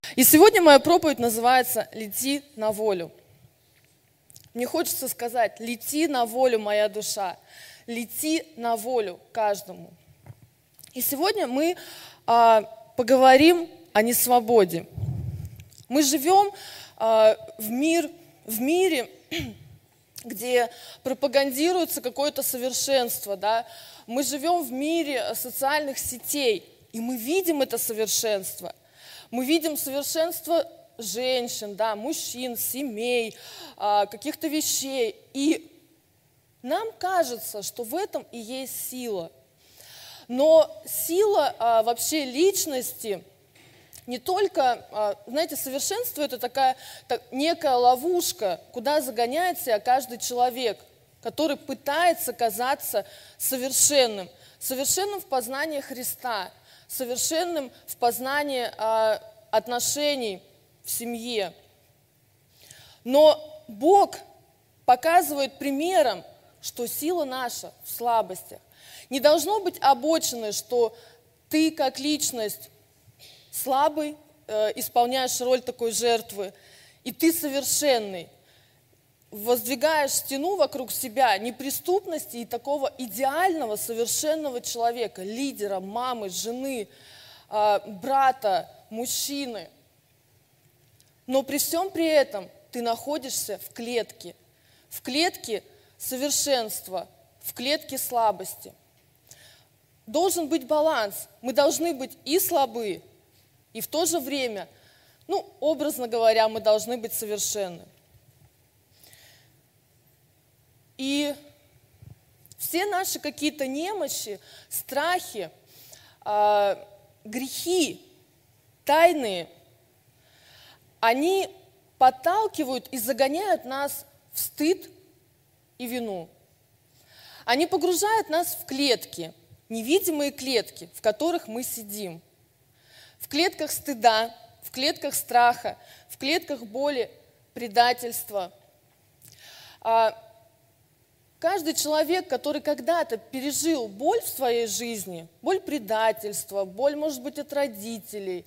И сегодня моя проповедь называется «Лети на волю». Мне хочется сказать: лети на волю, моя душа, лети на волю каждому. И сегодня мы поговорим о несвободе. Мы живем в мире, где пропагандируется какое-то совершенство, да? Мы живем в мире социальных сетей, и мы видим это совершенство. Мы видим совершенство женщин, да, мужчин, семей, каких-то вещей. И нам кажется, что в этом и есть сила. Но сила вообще личности не только, знаете, совершенство – это такая некая ловушка, куда загоняет себя каждый человек, который пытается казаться совершенным. Совершенным в познании Христа, совершенным в познании отношений в семье. Но Бог показывает примером, что сила наша в слабостях. Не должно быть обочины, что ты как личность слабый, исполняешь роль такой жертвы, и ты совершенный. Воздвигаешь стену вокруг себя неприступности и такого идеального, совершенного человека, лидера, мамы, жены, брата, мужчины. Но при всем при этом ты находишься в клетке совершенства, в клетке слабости. Должен быть баланс. Мы должны быть и слабы, и в то же время, образно говоря, мы должны быть совершенны. И все наши какие-то немощи, страхи, грехи, тайные, они подталкивают и загоняют нас в стыд и вину. Они погружают нас в клетки, невидимые клетки, в которых мы сидим. В клетках стыда, в клетках страха, в клетках боли, предательства. Каждый человек, который когда-то пережил боль в своей жизни, боль предательства, боль, может быть, от родителей,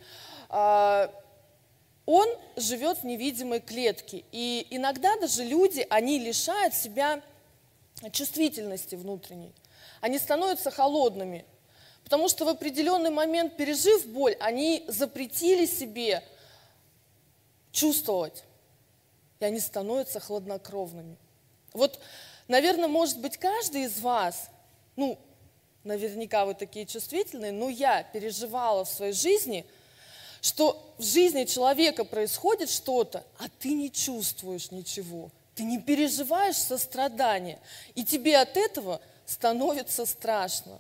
он живет в невидимой клетке. И иногда даже люди, они лишают себя чувствительности внутренней. Они становятся холодными, потому что в определенный момент, пережив боль, они запретили себе чувствовать, и они становятся хладнокровными. Вот, наверное, может быть, каждый из вас, наверняка вы такие чувствительные, но я переживала в своей жизни, что в жизни человека происходит что-то, а ты не чувствуешь ничего, ты не переживаешь сострадания, и тебе от этого становится страшно.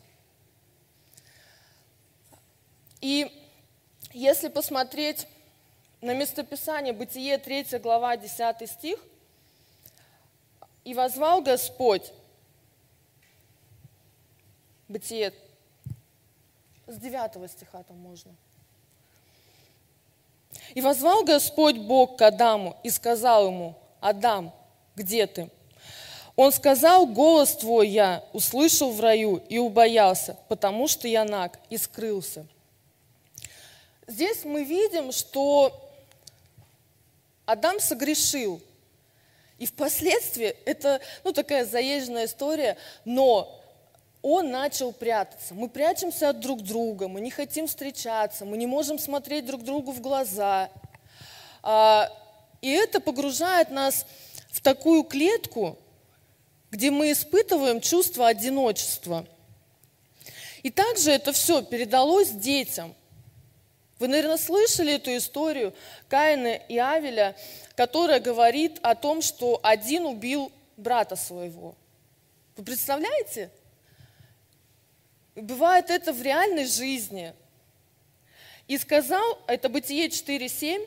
И если посмотреть на местописание Бытие 3 глава 10 стих, «И воззвал Господь», Бытие, с 9 стиха там можно. «И воззвал Господь Бог к Адаму и сказал ему: Адам, где ты? Он сказал: голос твой я услышал в раю и убоялся, потому что я наг, и скрылся». Здесь мы видим, что Адам согрешил. И впоследствии, это такая заезженная история, но он начал прятаться. Мы прячемся от друг друга, мы не хотим встречаться, мы не можем смотреть друг другу в глаза. И это погружает нас в такую клетку, где мы испытываем чувство одиночества. И также это все передалось детям. Вы, наверное, слышали эту историю Каина и Авеля, которая говорит о том, что один убил брата своего. Вы представляете? Бывает это в реальной жизни. И сказал, это Бытие 4:7,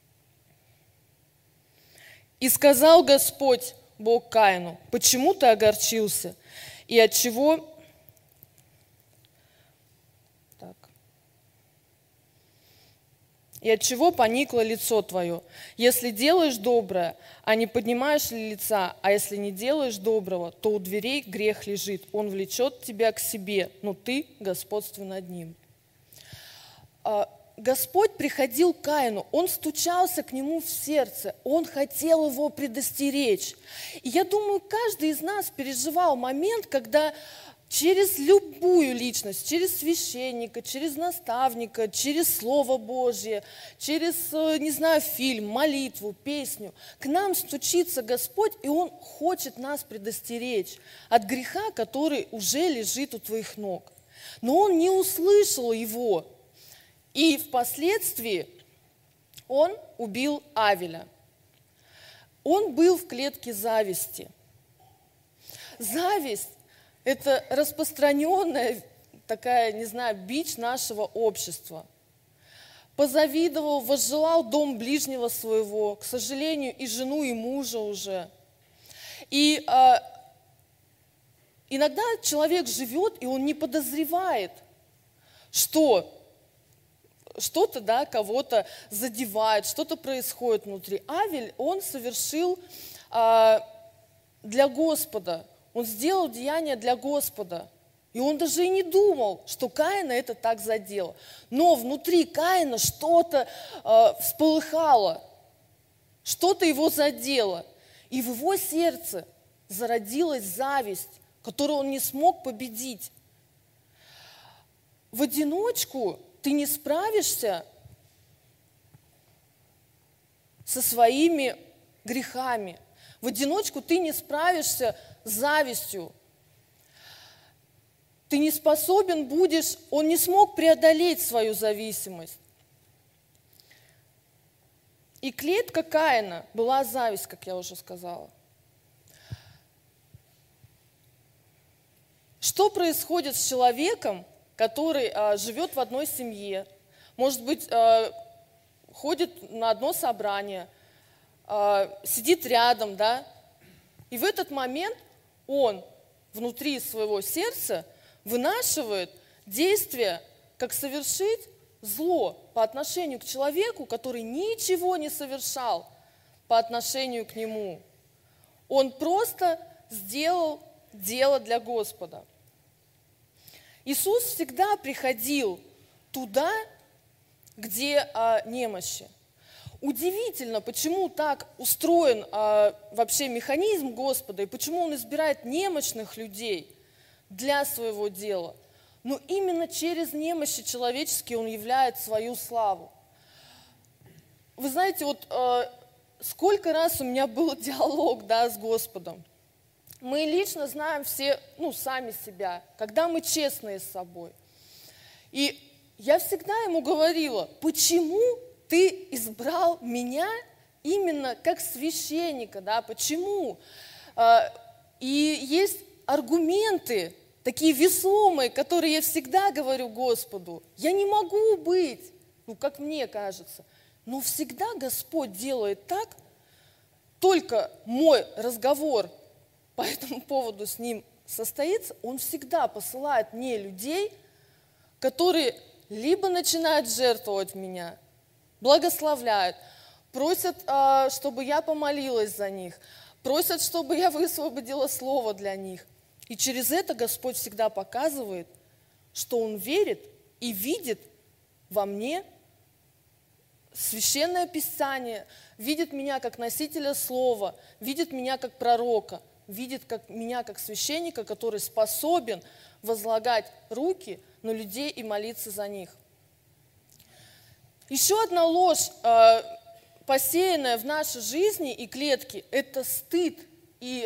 «И сказал Господь Бог Каину: почему ты огорчился, и от чего поникло лицо твое? Если делаешь доброе, а не поднимаешь ли лица, а если не делаешь доброго, то у дверей грех лежит, он влечет тебя к себе, но ты господствуй над ним». Господь приходил к Каину, Он стучался к нему в сердце, Он хотел его предостеречь. И я думаю, каждый из нас переживал момент, когда через любую личность, через священника, через наставника, через Слово Божье, через, не знаю, фильм, молитву, песню, к нам стучится Господь, и Он хочет нас предостеречь от греха, который уже лежит у твоих ног. Но он не услышал его, и впоследствии он убил Авеля. Он был в клетке зависти. Зависть – это распространенная такая, не знаю, бич нашего общества. Позавидовал, возжелал дом ближнего своего, к сожалению, и жену, и мужа уже. И иногда человек живет, и он не подозревает, что что-то, да, кого-то задевает, что-то происходит внутри. Авель, он совершил для Господа, он сделал деяние для Господа. И он даже и не думал, что Каина это так задело. Но внутри Каина что-то всполыхало, что-то его задело. И в его сердце зародилась зависть, которую он не смог победить. В одиночку ты не справишься со своими грехами. В одиночку ты не справишься с завистью. Ты не способен будешь, он не смог преодолеть свою зависимость. И клетка Каина была зависть, как я уже сказала. Что происходит с человеком, который живет в одной семье, может быть, ходит на одно собрание, сидит рядом, да? И в этот момент он внутри своего сердца вынашивает действие, как совершить зло по отношению к человеку, который ничего не совершал по отношению к нему. Он просто сделал дело для Господа. Иисус всегда приходил туда, где немощи. Удивительно, почему так устроен вообще механизм Господа, и почему Он избирает немощных людей для своего дела. Но именно через немощи человеческие Он являет свою славу. Вы знаете, вот сколько раз у меня был диалог, да, с Господом. Мы лично знаем все, сами себя, когда мы честные с собой. И я всегда ему говорила, почему ты избрал меня именно как священника, да, почему? И есть аргументы, такие весомые, которые я всегда говорю Господу. Я не могу быть, как мне кажется, но всегда Господь делает так, только мой разговор по этому поводу с Ним состоится, Он всегда посылает мне людей, которые либо начинают жертвовать меня, благословляют, просят, чтобы я помолилась за них, просят, чтобы я высвободила слово для них. И через это Господь всегда показывает, что Он верит и видит во мне Священное Писание, видит меня как носителя слова, видит меня как пророка, видит меня как священника, который способен возлагать руки на людей и молиться за них. Еще одна ложь, посеянная в нашей жизни и клетке, это стыд и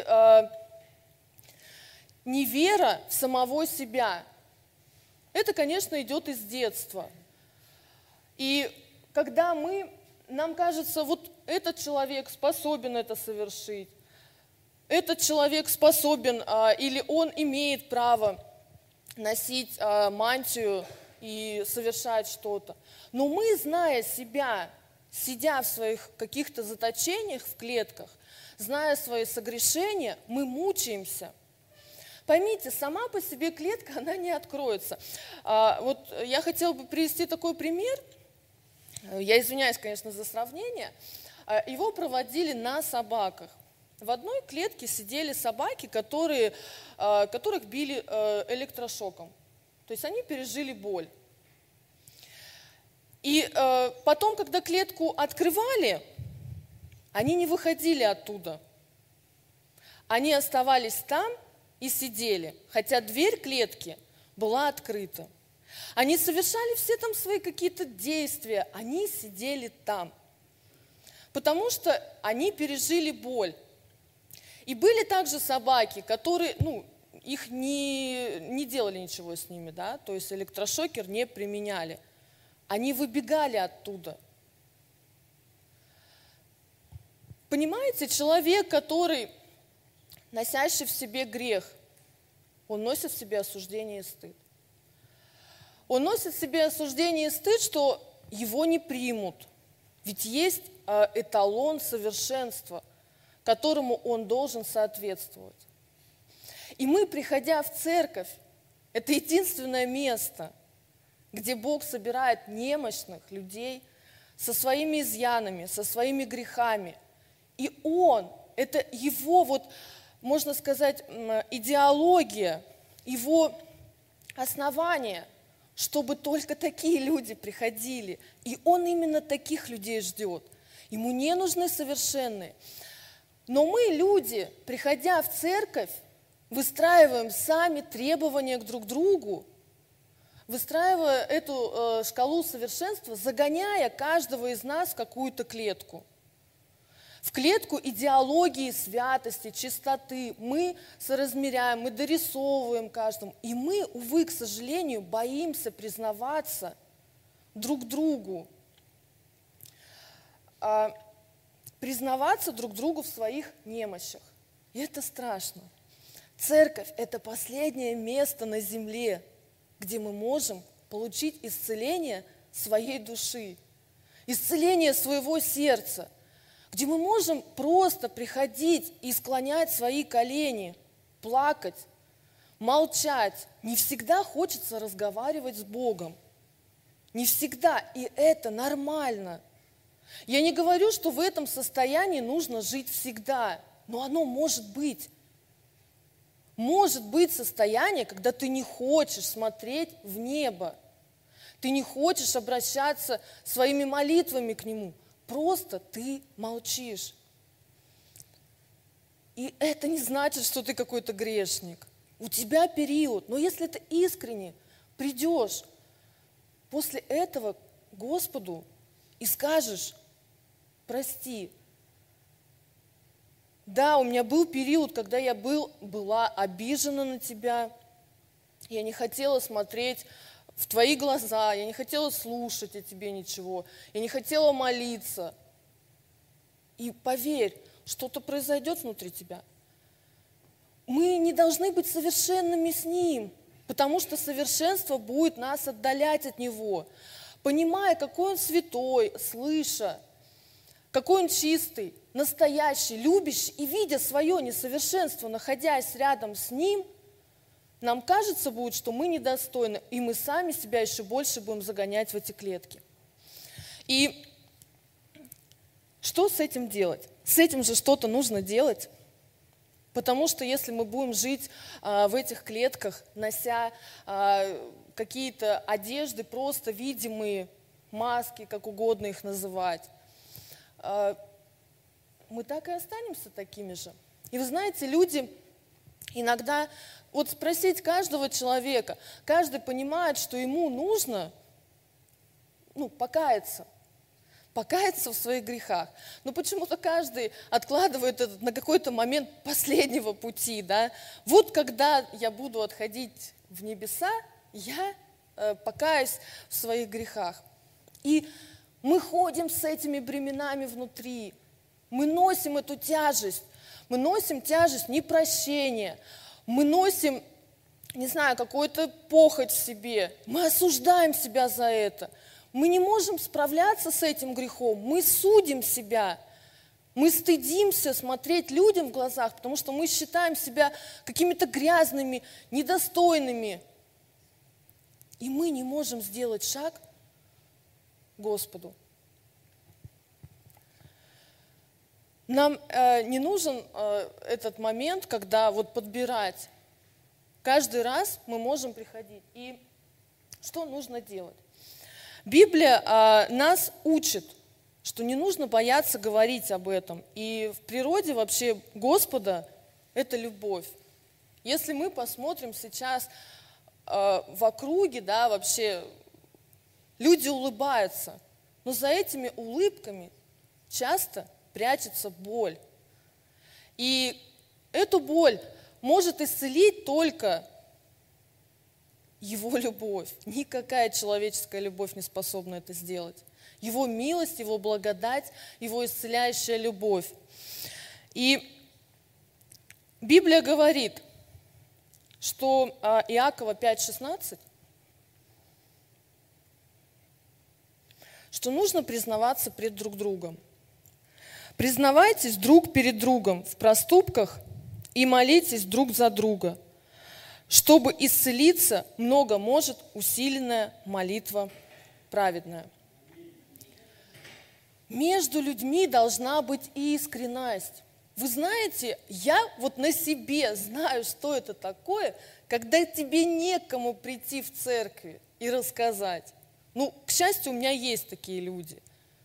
невера в самого себя. Это, конечно, идет из детства. И когда нам кажется, вот этот человек способен это совершить, этот человек способен или он имеет право носить мантию и совершать что-то. Но мы, зная себя, сидя в своих каких-то заточениях в клетках, зная свои согрешения, мы мучаемся. Поймите, сама по себе клетка, она не откроется. Вот я хотела бы привести такой пример. Я извиняюсь, конечно, за сравнение. Его проводили на собаках. В одной клетке сидели собаки, которых били электрошоком. То есть они пережили боль. И потом, когда клетку открывали, они не выходили оттуда. Они оставались там и сидели, хотя дверь клетки была открыта. Они совершали все там свои какие-то действия, они сидели там, потому что они пережили боль. И были также собаки, которые, их не делали ничего с ними, да, то есть электрошокер не применяли. Они выбегали оттуда. Понимаете, человек, который, носящий в себе грех, он носит в себе осуждение и стыд. Он носит в себе осуждение и стыд, что его не примут. Ведь есть эталон совершенства, которому он должен соответствовать. И мы, приходя в церковь, это единственное место, где Бог собирает немощных людей со своими изъянами, со своими грехами. И Он, это Его, можно сказать, идеология, Его основание, чтобы только такие люди приходили. И Он именно таких людей ждет. Ему не нужны совершенные. Но мы, люди, приходя в церковь, выстраиваем сами требования друг к другу, выстраивая эту шкалу совершенства, загоняя каждого из нас в какую-то клетку. В клетку идеологии, святости, чистоты. Мы соразмеряем, мы дорисовываем каждому. И мы, увы, к сожалению, боимся признаваться друг другу. Признаваться друг другу в своих немощах. И это страшно. Церковь – это последнее место на земле, где мы можем получить исцеление своей души, исцеление своего сердца, где мы можем просто приходить и склонять свои колени, плакать, молчать. Не всегда хочется разговаривать с Богом. Не всегда, и это нормально. Я не говорю, что в этом состоянии нужно жить всегда, но оно может быть. Может быть состояние, когда ты не хочешь смотреть в небо, ты не хочешь обращаться своими молитвами к Нему, просто ты молчишь. И это не значит, что ты какой-то грешник. У тебя период, но если ты искренне придешь после этого к Господу и скажешь: прости, да, у меня был период, когда я была обижена на тебя, я не хотела смотреть в твои глаза, я не хотела слушать о тебе ничего, я не хотела молиться. И поверь, что-то произойдет внутри тебя. Мы не должны быть совершенными с Ним, потому что совершенство будет нас отдалять от Него. Понимая, какой Он святой, слыша, какой Он чистый, настоящий, любящий, и видя свое несовершенство, находясь рядом с Ним, нам кажется будет, что мы недостойны, и мы сами себя еще больше будем загонять в эти клетки. И что с этим делать? С этим же что-то нужно делать, потому что если мы будем жить в этих клетках, нося какие-то одежды, просто видимые, маски, как угодно их называть, мы так и останемся такими же. И вы знаете, люди иногда, спросить каждого человека, каждый понимает, что ему нужно, покаяться в своих грехах. Но почему-то каждый откладывает это на какой-то момент последнего пути, да. Когда я буду отходить в небеса, я покаюсь в своих грехах. И мы ходим с этими бременами внутри. Мы носим эту тяжесть. Мы носим тяжесть непрощения. Мы носим, какую-то похоть в себе. Мы осуждаем себя за это. Мы не можем справляться с этим грехом. Мы судим себя. Мы стыдимся смотреть людям в глазах, потому что мы считаем себя какими-то грязными, недостойными. И мы не можем сделать шаг к Господу. Нам не нужен этот момент, когда подбирать. Каждый раз мы можем приходить. И что нужно делать? Библия нас учит, что не нужно бояться говорить об этом. И в природе вообще Господа – это любовь. Если мы посмотрим сейчас в округе, да, вообще люди улыбаются, но за этими улыбками часто прячется боль. И эту боль может исцелить только Его любовь. Никакая человеческая любовь не способна это сделать. Его милость, Его благодать, Его исцеляющая любовь. И Библия говорит, что Иакова 5:16, что нужно признаваться пред друг другом. Признавайтесь друг перед другом в проступках и молитесь друг за друга, чтобы исцелиться много может усиленная молитва праведная. Между людьми должна быть искренность. Вы знаете, я вот на себе знаю, что это такое, когда тебе некому прийти в церкви и рассказать. Ну, к счастью, у меня есть такие люди.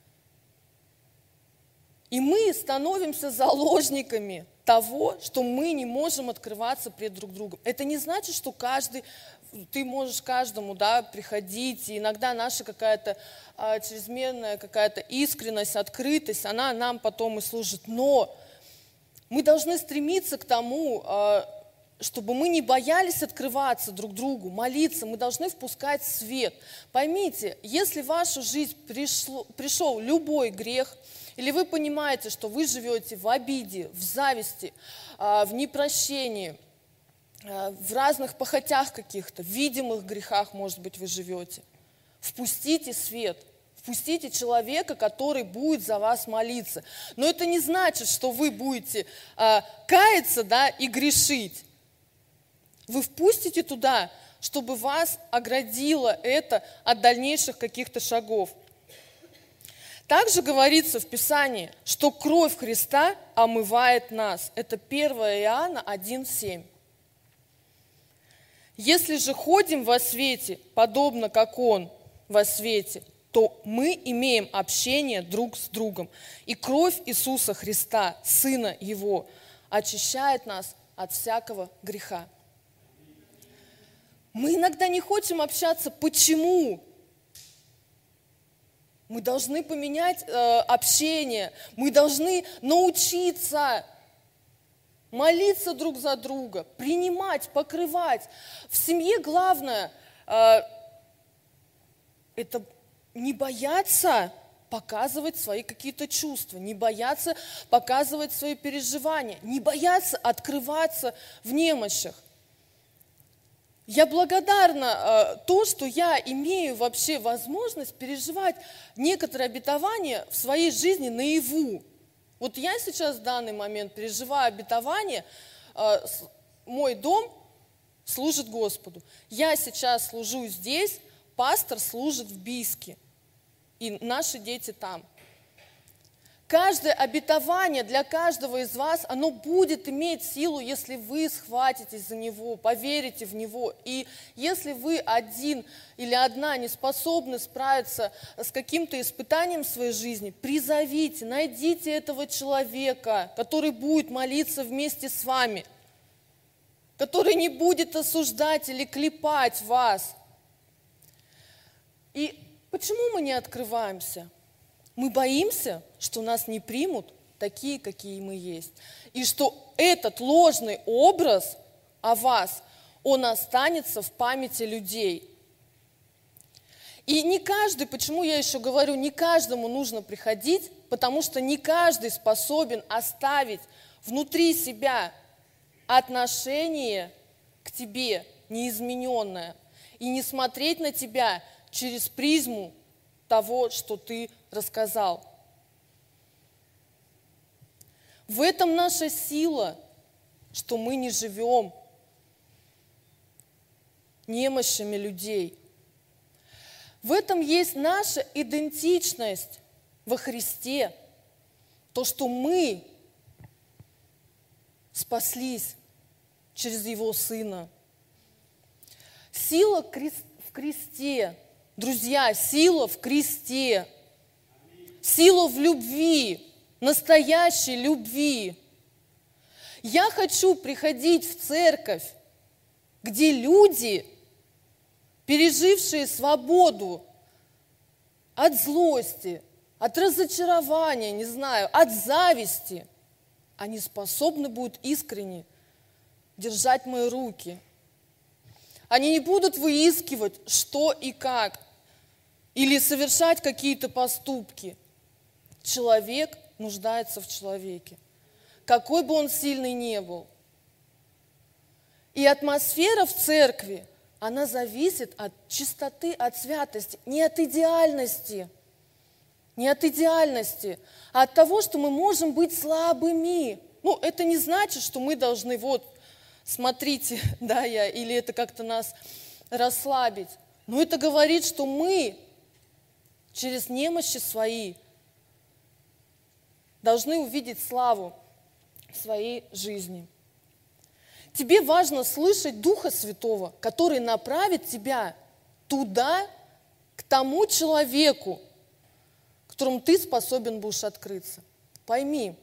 И мы становимся заложниками того, что мы не можем открываться пред друг другом. Это не значит, что ты можешь каждому, да, приходить, и иногда наша какая-то чрезмерная какая-то искренность, открытость, она нам потом и служит. Но мы должны стремиться к тому, чтобы мы не боялись открываться друг другу, молиться, мы должны впускать свет. Поймите, если в вашу жизнь пришел любой грех, или вы понимаете, что вы живете в обиде, в зависти, в непрощении, в разных похотях каких-то, в видимых грехах, может быть, вы живете, впустите свет. Впустите человека, который будет за вас молиться. Но это не значит, что вы будете каяться, да, и грешить. Вы впустите туда, чтобы вас оградило это от дальнейших каких-то шагов. Также говорится в Писании, что кровь Христа омывает нас. Это 1 Иоанна 1:7. Если же ходим во свете, подобно как Он во свете, то мы имеем общение друг с другом. И кровь Иисуса Христа, Сына Его, очищает нас от всякого греха. Мы иногда не хотим общаться. Почему? Мы должны поменять общение. Мы должны научиться молиться друг за друга, принимать, покрывать. В семье главное это не бояться показывать свои какие-то чувства, не бояться показывать свои переживания, не бояться открываться в немощах. Я благодарна то, что я имею вообще возможность переживать некоторые обетования в своей жизни наяву. Вот я сейчас в данный момент переживаю обетование, мой дом служит Господу. Я сейчас служу здесь, пастор служит в Бийске, и наши дети там. Каждое обетование для каждого из вас, оно будет иметь силу, если вы схватитесь за него, поверите в него. И если вы один или одна не способны справиться с каким-то испытанием в своей жизни, призовите, найдите этого человека, который будет молиться вместе с вами, который не будет осуждать или клепать вас. И почему мы не открываемся? Мы боимся, что нас не примут такие, какие мы есть. И что этот ложный образ о вас, он останется в памяти людей. И не каждый, почему я еще говорю, не каждому нужно приходить, потому что не каждый способен оставить внутри себя отношение к тебе неизмененное и не смотреть на тебя через призму того, что ты рассказал. В этом наша сила, что мы не живем немощами людей. В этом есть наша идентичность во Христе. То, что мы спаслись через Его Сына. Сила в кресте, Друзья, сила в кресте, сила в любви, настоящей любви. Я хочу приходить в церковь, где люди, пережившие свободу от злости, от разочарования, не знаю, от зависти, они способны будут искренне держать мои руки. Они не будут выискивать, что и как, или совершать какие-то поступки. Человек нуждается в человеке, какой бы он сильный ни был. И атмосфера в церкви, она зависит от чистоты, от святости, не от идеальности, а от того, что мы можем быть слабыми. Это не значит, что мы должны, смотрите, или это как-то нас расслабить. Но это говорит, что мы через немощи свои должны увидеть славу в своей жизни. Тебе важно слышать Духа Святого, который направит тебя туда, к тому человеку, которому ты способен будешь открыться. Пойми,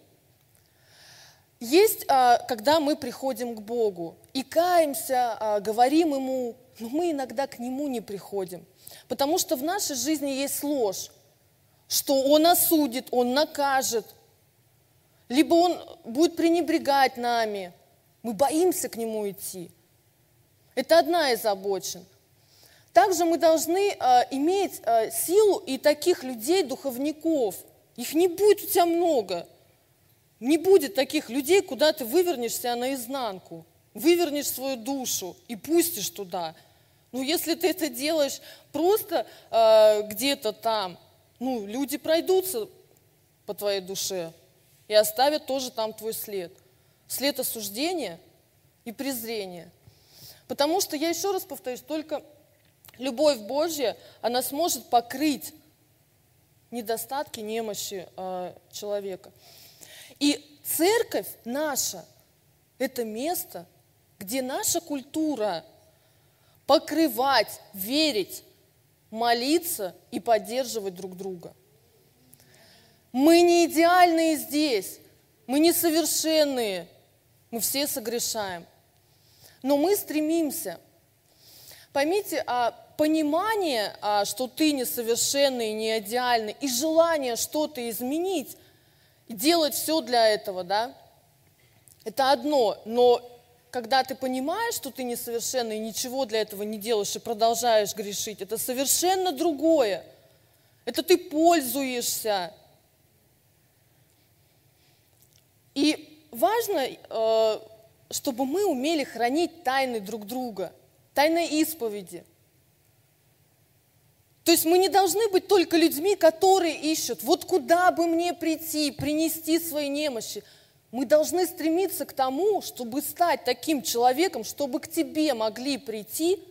есть, когда мы приходим к Богу и каемся, говорим Ему, но мы иногда к Нему не приходим, потому что в нашей жизни есть ложь, что Он осудит, Он накажет, либо Он будет пренебрегать нами. Мы боимся к Нему идти. Это одна из обочин. Также мы должны иметь силу и таких людей, духовников. Их не будет у тебя много. Не будет таких людей, куда ты вывернешь себя наизнанку, вывернешь свою душу и пустишь туда. Если ты это делаешь просто где-то там, люди пройдутся по твоей душе и оставят тоже там твой след. След осуждения и презрения. Потому что, я еще раз повторюсь, только любовь Божья, она сможет покрыть недостатки, немощи человека. И церковь наша – это место, где наша культура покрывать, верить, молиться и поддерживать друг друга. Мы не идеальные здесь, мы не совершенные, мы все согрешаем. Но мы стремимся. Поймите, понимание, что ты несовершенный, не идеальный, и желание что-то изменить, и делать все для этого, это одно. Но когда ты понимаешь, что ты несовершенный, и ничего для этого не делаешь, и продолжаешь грешить, это совершенно другое. Это ты пользуешься. И важно, чтобы мы умели хранить тайны друг друга, тайны исповеди. То есть мы не должны быть только людьми, которые ищут, куда бы мне прийти, принести свои немощи. Мы должны стремиться к тому, чтобы стать таким человеком, чтобы к тебе могли прийти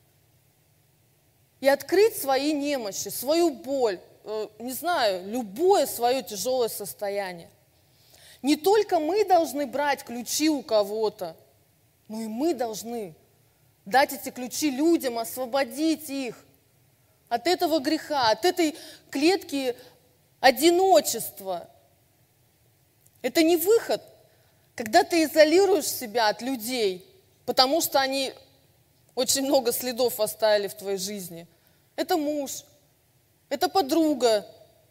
и открыть свои немощи, свою боль, любое свое тяжелое состояние. Не только мы должны брать ключи у кого-то, но и мы должны дать эти ключи людям, освободить их от этого греха, от этой клетки одиночества. Это не выход, когда ты изолируешь себя от людей, потому что они очень много следов оставили в твоей жизни. Это муж, это подруга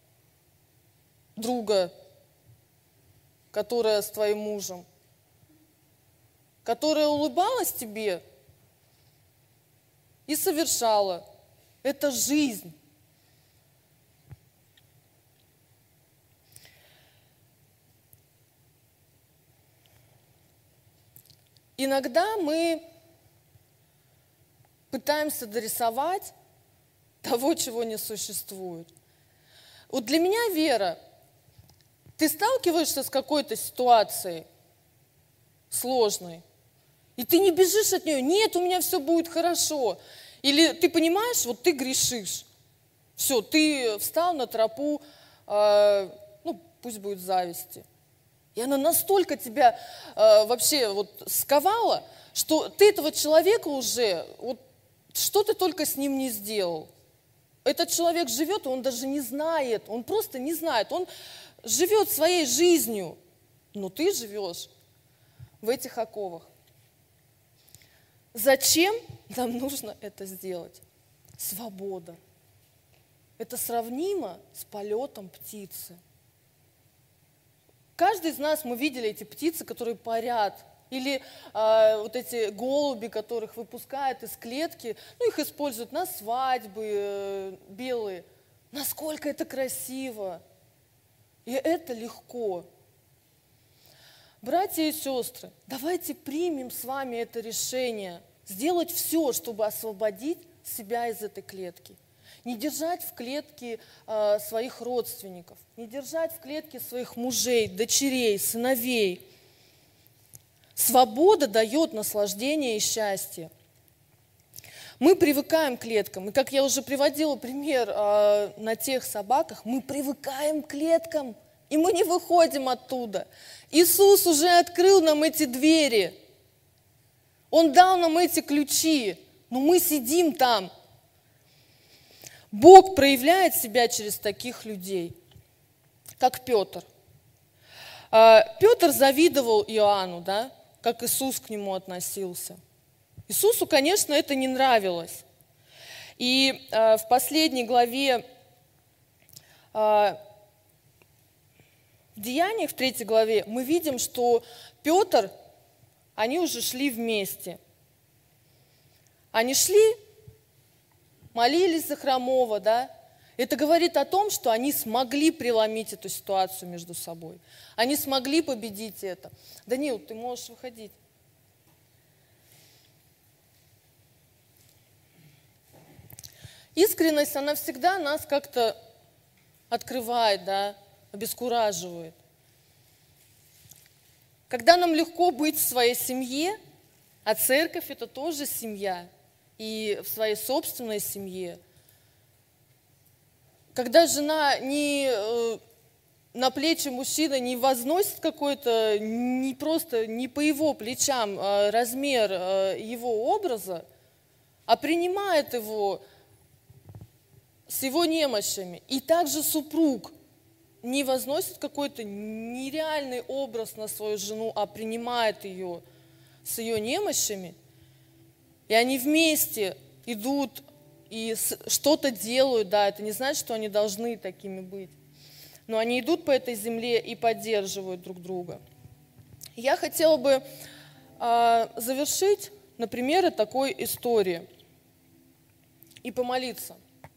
друга, которая с твоим мужем, которая улыбалась тебе и совершала. Это жизнь. Иногда мы пытаемся дорисовать того, чего не существует. Для меня вера. Ты сталкиваешься с какой-то ситуацией сложной, и ты не бежишь от нее. Нет, у меня все будет хорошо. Или ты понимаешь, ты грешишь. Все, ты встал на тропу, пусть будет зависти. И она настолько тебя вообще сковала, что ты этого человека уже, что ты только с ним не сделал. Этот человек живет, и он даже не знает, он просто не знает, он живет своей жизнью, но ты живешь в этих оковах. Зачем нам нужно это сделать? Свобода. Это сравнимо с полетом птицы. Каждый из нас, мы видели эти птицы, которые парят, или вот эти голуби, которых выпускают из клетки, ну, их используют на свадьбы белые. Насколько это красиво! И это легко. Братья и сестры, давайте примем с вами это решение, сделать все, чтобы освободить себя из этой клетки. Не держать в клетке своих родственников, не держать в клетке своих мужей, дочерей, сыновей. Свобода дает наслаждение и счастье. Мы привыкаем к клеткам. И как я уже приводила пример на тех собаках, мы привыкаем к клеткам, и мы не выходим оттуда. Иисус уже открыл нам эти двери. Он дал нам эти ключи, но мы сидим там. Бог проявляет себя через таких людей, как Петр. Петр завидовал Иоанну, да, как Иисус к нему относился. Иисусу, конечно, это не нравилось. И в последней главе, в Деяниях, в 3 главе, мы видим, что Петр, они уже шли вместе. Они шли, молились за хромого, да. Это говорит о том, что они смогли преломить эту ситуацию между собой. Они смогли победить это. Данил, ты можешь выходить. Искренность, она всегда нас как-то открывает, да, обескураживает. Когда нам легко быть в своей семье, а церковь – это тоже семья, и в своей собственной семье, когда жена на плечи мужчины не возносит какой-то, не просто не по его плечам размер его образа, а принимает его с его немощами. И также супруг не возносит какой-то нереальный образ на свою жену, а принимает ее с ее немощами. И они вместе идут и что-то делают, да, это не значит, что они должны такими быть. Но они идут по этой земле и поддерживают друг друга. Я хотела бы завершить на примере такой истории и помолиться.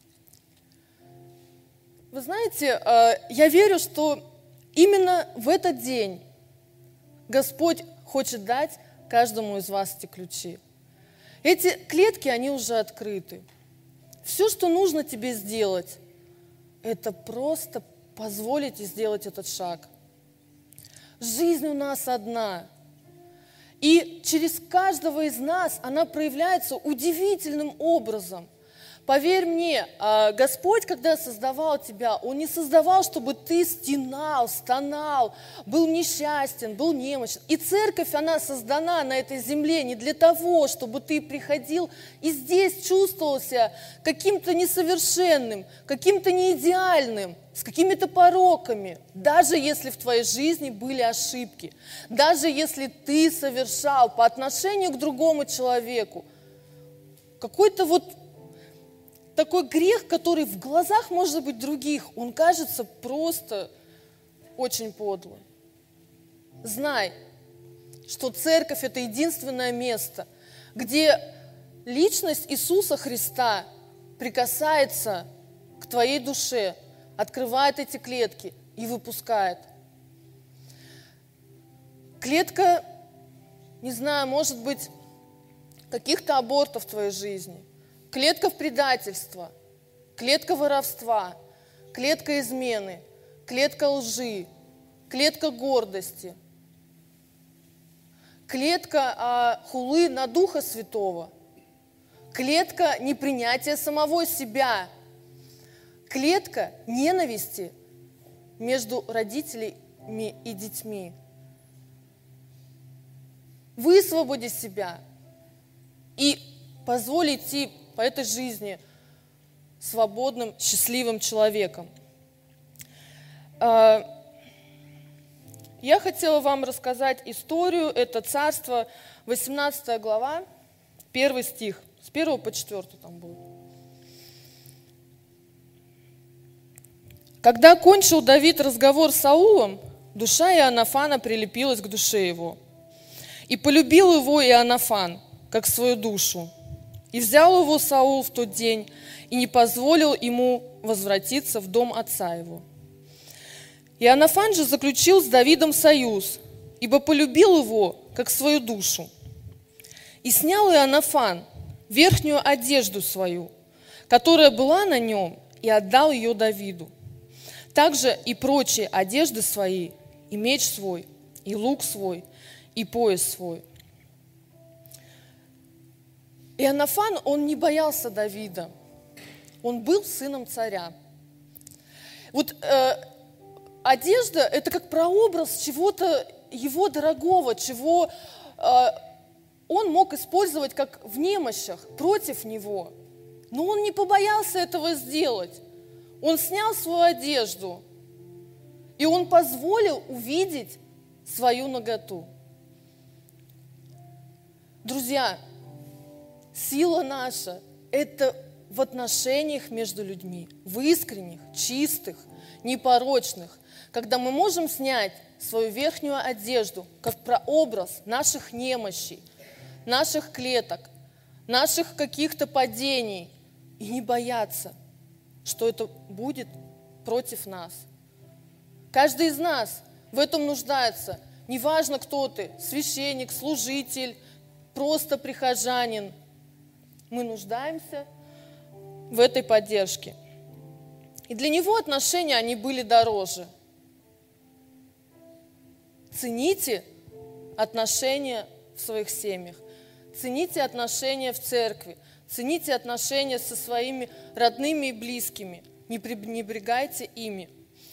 Вы знаете, я верю, что именно в этот день Господь хочет дать каждому из вас эти ключи. Эти клетки, они уже открыты. Все, что нужно тебе сделать, это просто позволить и сделать этот шаг. Жизнь у нас одна. И через каждого из нас она проявляется удивительным образом. Поверь мне, Господь, когда создавал тебя, Он не создавал, чтобы ты стенал, стонал, был несчастен, был немощен. И церковь, она создана на этой земле не для того, чтобы ты приходил и здесь чувствовал себя каким-то несовершенным, каким-то неидеальным, с какими-то пороками. Даже если в твоей жизни были ошибки, даже если ты совершал по отношению к другому человеку какой-то такой грех, который в глазах, может быть, других, он кажется просто очень подлым. Знай, что церковь – это единственное место, где личность Иисуса Христа прикасается к твоей душе, открывает эти клетки и выпускает. Клетка, не знаю, может быть, каких-то абортов в твоей жизни – клетка в предательство, клетка воровства, клетка измены, клетка лжи, клетка гордости, клетка хулы на Духа Святого, клетка непринятия самого себя, клетка ненависти между родителями и детьми. Высвободи себя и позволь идти по этой жизни свободным, счастливым человеком. Я хотела вам рассказать историю. Это Царство, 18 глава, 1 стих. С 1 по 4 там будет. Когда кончил Давид разговор с Саулом, душа Иоаннафана прилепилась к душе его. И полюбил его Иоаннафан, как свою душу. И взял его Саул в тот день, и не позволил ему возвратиться в дом отца его. Иоаннафан же заключил с Давидом союз, ибо полюбил его, как свою душу. И снял Иоаннафан верхнюю одежду свою, которая была на нем, и отдал ее Давиду. Также и прочие одежды свои, и меч свой, и лук свой, и пояс свой. Иоаннафан, он не боялся Давида. Он был сыном царя. Вот одежда – это как прообраз чего-то его дорогого, чего он мог использовать как в немощах против него. Но он не побоялся этого сделать. Он снял свою одежду, и он позволил увидеть свою наготу. Друзья, сила наша – это в отношениях между людьми, в искренних, чистых, непорочных, когда мы можем снять свою верхнюю одежду, как прообраз наших немощей, наших клеток, наших каких-то падений, и не бояться, что это будет против нас. Каждый из нас в этом нуждается. Неважно, кто ты, священник, служитель, просто прихожанин. Мы нуждаемся в этой поддержке. И для него отношения, они были дороже. Цените отношения в своих семьях. Цените отношения в церкви. Цените отношения со своими родными и близкими. Не пренебрегайте ими.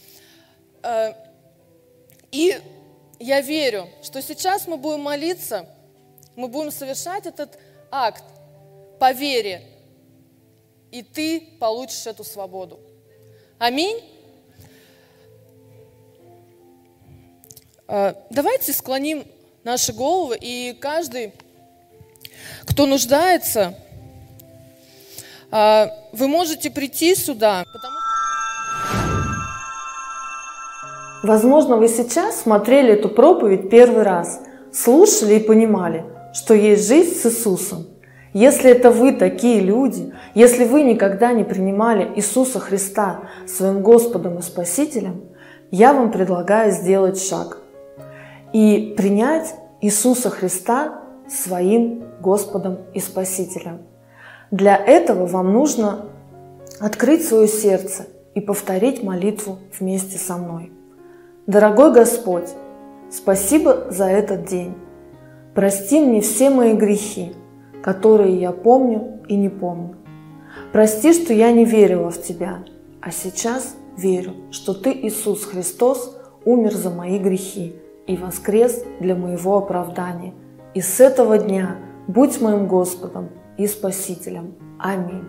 И я верю, что сейчас мы будем молиться, мы будем совершать этот акт по вере, и ты получишь эту свободу. Аминь. Давайте склоним наши головы, и каждый, кто нуждается, вы можете прийти сюда. Возможно, вы сейчас смотрели эту проповедь первый раз, слушали и понимали, что есть жизнь с Иисусом. Если это вы такие люди, если вы никогда не принимали Иисуса Христа своим Господом и Спасителем, я вам предлагаю сделать шаг и принять Иисуса Христа своим Господом и Спасителем. Для этого вам нужно открыть свое сердце и повторить молитву вместе со мной. Дорогой Господь, спасибо за этот день. Прости мне все мои грехи, которые я помню и не помню. Прости, что я не верила в Тебя, а сейчас верю, что Ты, Иисус Христос, умер за мои грехи и воскрес для моего оправдания. И с этого дня будь моим Господом и Спасителем. Аминь.